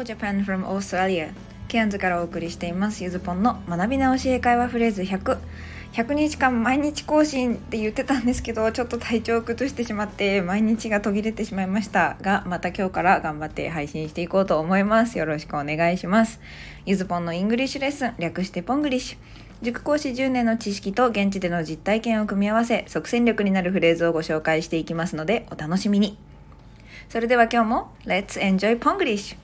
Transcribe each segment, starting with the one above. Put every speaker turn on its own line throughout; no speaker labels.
Japan from Australia ケアンズからお送りしていますゆずぽんの学び直し英会話フレーズ100日間毎日更新って言ってたんですけど、ちょっと体調を崩してしまって毎日が途切れてしまいましたが、また今日から頑張って配信していこうと思います。よろしくお願いします。ゆずぽんのイングリッシュレッスン、略してポングリッシュ。塾講師10年の知識と現地での実体験を組み合わせ、即戦力になるフレーズをご紹介していきますのでお楽しみに。それでは今日も Let's enjoy Ponglish。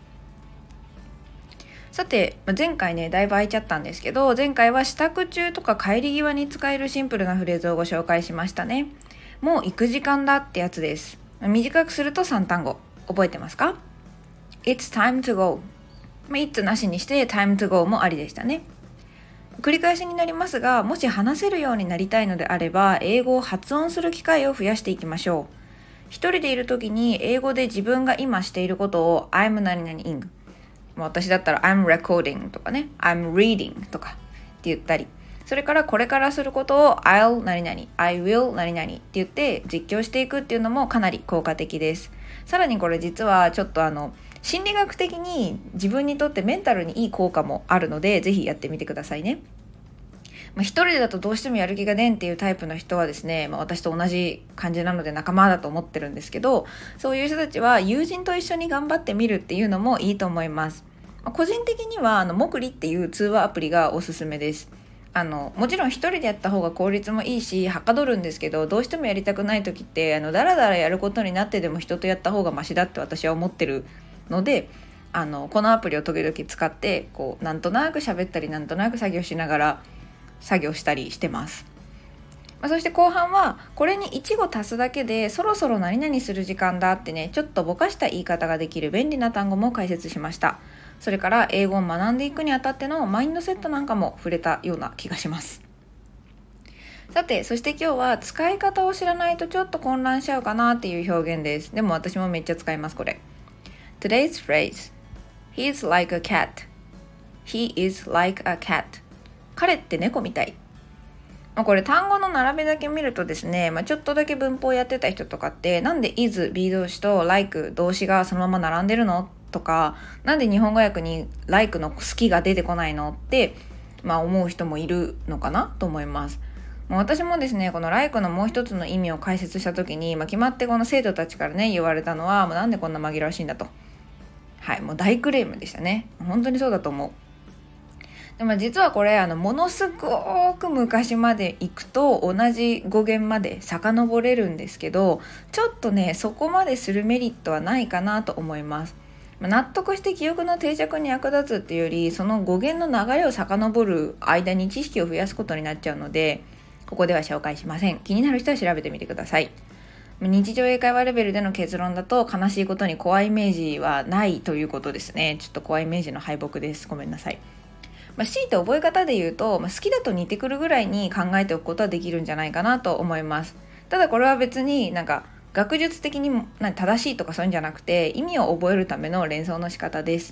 さて、前回ねだいぶ空いちゃったんですけど、前回は支度中とか帰り際に使えるシンプルなフレーズをご紹介しましたね。もう行く時間だってやつです。短くすると3単語覚えてますか？ It's time to go、It's なしにして time to go もありでしたね。繰り返しになりますが、もし話せるようになりたいのであれば英語を発音する機会を増やしていきましょう。一人でいる時に英語で自分が今していることを I'm 何々 ing、私だったら I'm recording とかね、I'm reading とかって言ったり、それからこれからすることを I'll 何々 I will 何々って言って実況していくっていうのもかなり効果的です。さらにこれ実はちょっと心理学的に自分にとってメンタルにいい効果もあるので、ぜひやってみてくださいね。一人だとどうしてもやる気が出んっていうタイプの人はですね、私と同じ感じなので仲間だと思ってるんですけど、そういう人たちは友人と一緒に頑張ってみるっていうのもいいと思います。個人的にはもくりっていう通話アプリがおすすめです。もちろん一人でやった方が効率もいいしはかどるんですけど、どうしてもやりたくない時ってだらだらやることになってでも人とやった方がマシだって私は思ってるので、このアプリを時々使ってなんとなく喋ったりなんとなく作業しながら作業したりしてます。そして後半はこれに1語足すだけでそろそろ何々する時間だってね、ちょっとぼかした言い方ができる便利な単語も解説しました。それから英語を学んでいくにあたってのマインドセットなんかも触れたような気がします。さて、そして今日は使い方を知らないとちょっと混乱しちゃうかなっていう表現です。でも私もめっちゃ使いますこれ。 Today's phrase He's like a cat He is like a cat。 彼って猫みたい。これ単語の並べだけ見るとですね、ちょっとだけ文法やってた人とかって、なんで is be 動詞と like 動詞がそのまま並んでるのとか、なんで日本語訳に like の好きが出てこないのって思う人もいるのかなと思います。私もですね、この like のもう一つの意味を解説した時に、決まってこの生徒たちからね言われたのは、なんでこんな紛らわしいんだと、もう大クレームでしたね。本当にそうだと思う。で実はこれものすごく昔まで行くと同じ語源まで遡れるんですけど、ちょっとねそこまでするメリットはないかなと思います。納得して記憶の定着に役立つっていうより、その語源の流れを遡る間に知識を増やすことになっちゃうので、ここでは紹介しません。気になる人は調べてみてください。日常英会話レベルでの結論だと、悲しいことに怖いイメージはないということですね。ちょっと怖いイメージの敗北です。ごめんなさい。強いて覚え方で言うと、好きだと似てくるぐらいに考えておくことはできるんじゃないかなと思います。ただこれは別に学術的に正しいとかそういうんじゃなくて、意味を覚えるための連想の仕方です。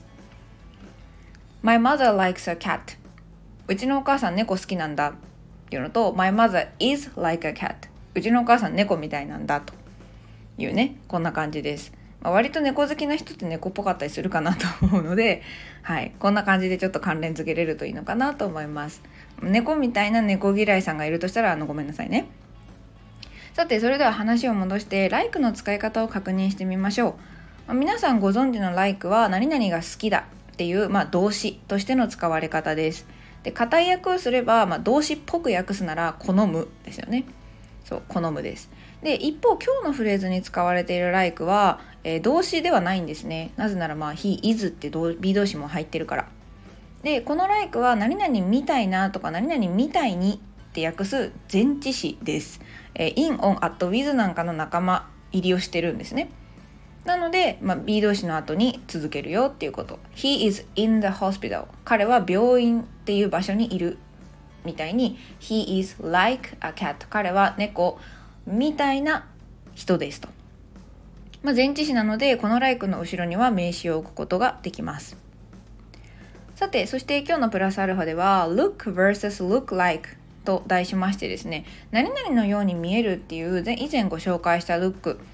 My mother likes a cat。 うちのお母さん猫好きなんだっていうのと、 My mother is like a cat。 うちのお母さん猫みたいなんだというね、こんな感じです。割と猫好きな人って猫っぽかったりするかなと思うので、こんな感じでちょっと関連付けれるといいのかなと思います。猫みたいな猫嫌いさんがいるとしたらごめんなさいね。さて、それでは話を戻して like の使い方を確認してみましょう。皆さんご存知の like は何々が好きだっていう、動詞としての使われ方です。で、硬い訳をすれば、動詞っぽく訳すなら好むですよね。そう、好むです。で、一方今日のフレーズに使われている like は、動詞ではないんですね。なぜならhe is って be 動詞も入ってるから。で、この like は何々みたいなとか何々みたいにって訳す前置詞です。in on at with なんかの仲間入りをしてるんですね。なので、be 動詞の後に続けるよっていうこと。 He is in the hospital。 彼は病院っていう場所にいるみたいに He is like a cat。 彼は猫みたいな人ですと。前置詞なので、この like の後ろには名詞を置くことができます。さて、そして今日のプラスアルファでは look vs look like と題しましてですね、何々のように見えるっていう以前ご紹介した look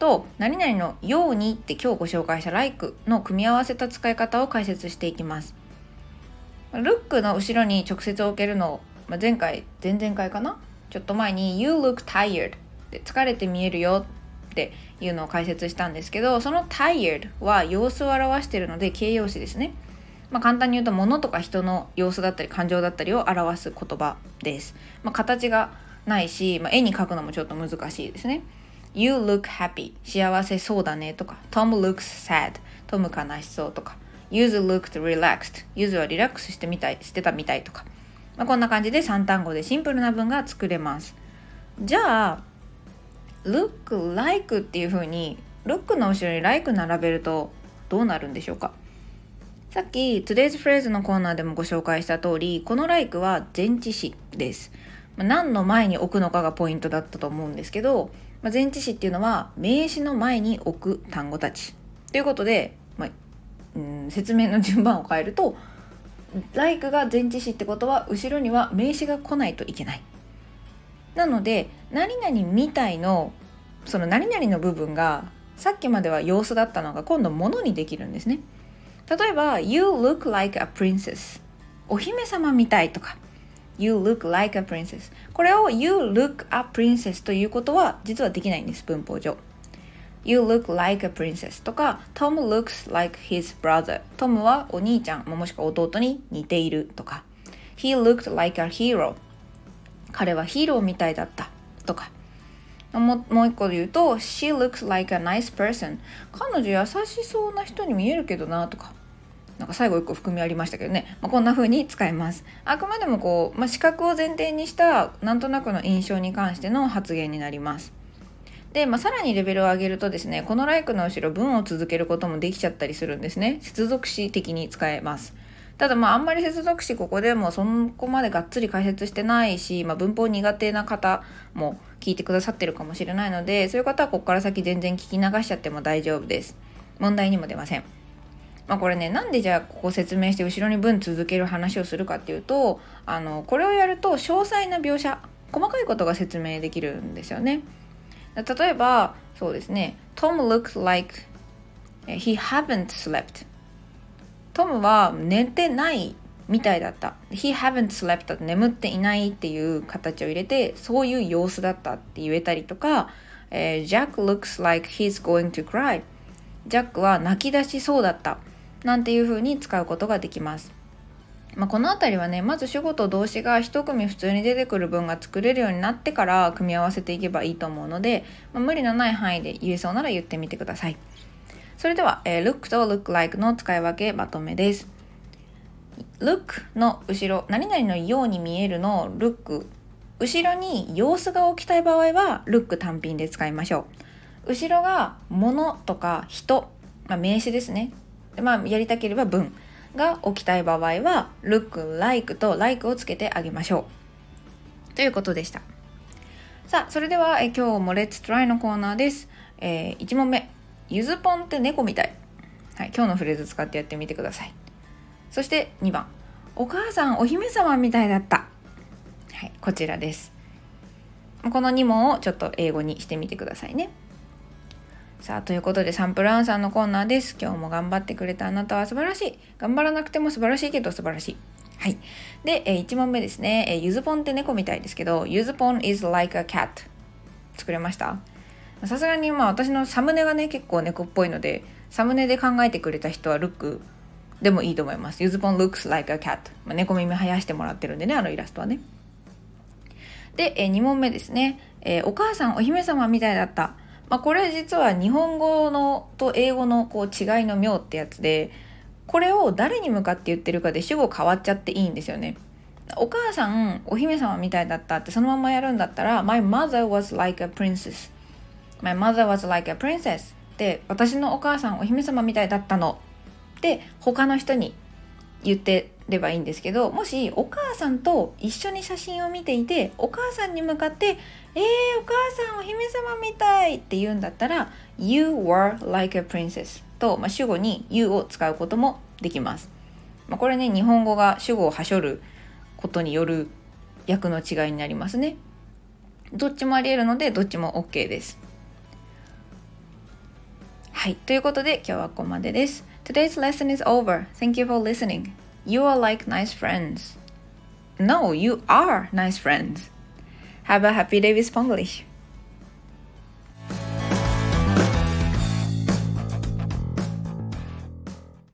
と何々のようにって今日ご紹介した like の組み合わせた使い方を解説していきます。look の後ろに直接置けるのを、前々回かな、ちょっと前に You look tired で疲れて見えるよっていうのを解説したんですけど、その tired は様子を表しているので形容詞ですね。簡単に言うと物とか人の様子だったり感情だったりを表す言葉です。形がないし、絵に描くのもちょっと難しいですね。You look happy 幸せそうだねとか Tom looks sad トム悲しそうとか Yuzu looked relaxed ユズはリラックスしてたみたいとか、こんな感じで3単語でシンプルな文が作れます。じゃあ look like っていう風に look の後ろに like 並べるとどうなるんでしょうか。さっき Today's Phrase のコーナーでもご紹介した通り、この like は前置詞です。何の前に置くのかがポイントだったと思うんですけど、前置詞っていうのは名詞の前に置く単語たちということで、説明の順番を変えると like が前置詞ってことは後ろには名詞が来ないといけない。なので何々みたいのその何々の部分がさっきまでは様子だったのが今度物にできるんですね。例えば You look like a princess お姫様みたいとか You look like a princess これを You look a princess ということは実はできないんです、文法上。 You look like a princess とか Tom looks like his brother トムはお兄ちゃんもしくは弟に似ているとか He looked like a hero 彼はヒーローみたいだったとか、もう一個で言うと She looks like a nice person 彼女優しそうな人に見えるけどなとか、最後一個含みありましたけどね、こんな風に使えます。あくまでも視覚を前提にしたなんとなくの印象に関しての発言になります。で、さらにレベルを上げるとですね、この like の後ろ文を続けることもできちゃったりするんですね。接続詞的に使えます。ただあんまり接続詞ここでもそこまでがっつり解説してないし、文法苦手な方も聞いてくださってるかもしれないので、そういう方はここから先全然聞き流しちゃっても大丈夫です。問題にも出ません。これね、なんでじゃあここ説明して後ろに文続ける話をするかっていうと、これをやると詳細な描写、細かいことが説明できるんですよね。例えばそうですね、 Tom looks like he haven't slept トムは寝てないみたいだった。 He haven't slept だと眠っていないっていう形を入れて、そういう様子だったって言えたりとか、Jack looks like he's going to cry ジャックは泣き出しそうだったなんていう風に使うことができます。このあたりはね、まず主語と動詞が一組普通に出てくる文が作れるようになってから組み合わせていけばいいと思うので、無理のない範囲で言えそうなら言ってみてください。それでは、look と look like の使い分けまとめです。look の後ろ、何々のように見えるの look、 後ろに様子が置きたい場合は look 単品で使いましょう。後ろが物とか人、名詞ですね。やりたければ文が置きたい場合は look like と like をつけてあげましょうということでした。さあ、それでは今日も Let's Try のコーナーです。1問目、ゆずぽんって猫みたい。はい、今日のフレーズ使ってやってみてください。そして2番、お母さんお姫様みたいだった。はい、こちらです。この2問をちょっと英語にしてみてくださいね。さあ、ということでサンプルアンサーのコーナーです。今日も頑張ってくれたあなたは素晴らしい。頑張らなくても素晴らしいけど素晴らしい。はい。で、1問目ですね。ゆずぽんって猫みたいですけど、ゆずぽん is like a cat。作れました？さすがに私のサムネがね、結構猫っぽいので、サムネで考えてくれた人はルックでもいいと思います。ゆずぽん looks like a cat。猫耳生やしてもらってるんでね、あのイラストはね。で、2問目ですね。お母さんお姫様みたいだった。これ実は日本語のと英語の違いの妙ってやつで、これを誰に向かって言ってるかで主語変わっちゃっていいんですよね。お母さんお姫様みたいだったってそのままやるんだったら My mother was like a princess My mother was like a princess で、私のお母さんお姫様みたいだったので他の人に言ってればいいんですけど、もしお母さんと一緒に写真を見ていてお母さんに向かってお母さんお姫様みたいって言うんだったら You were like a princess と、主語に You を使うこともできます。これね、日本語が主語をはしょることによる訳の違いになりますね。どっちもあり得るのでどっちも OK です。 はい、ということで今日はここまでです。Today's lesson is over. Thank you for listening. You are like nice friends. No, you are nice friends. Have a happy day with Spanglish.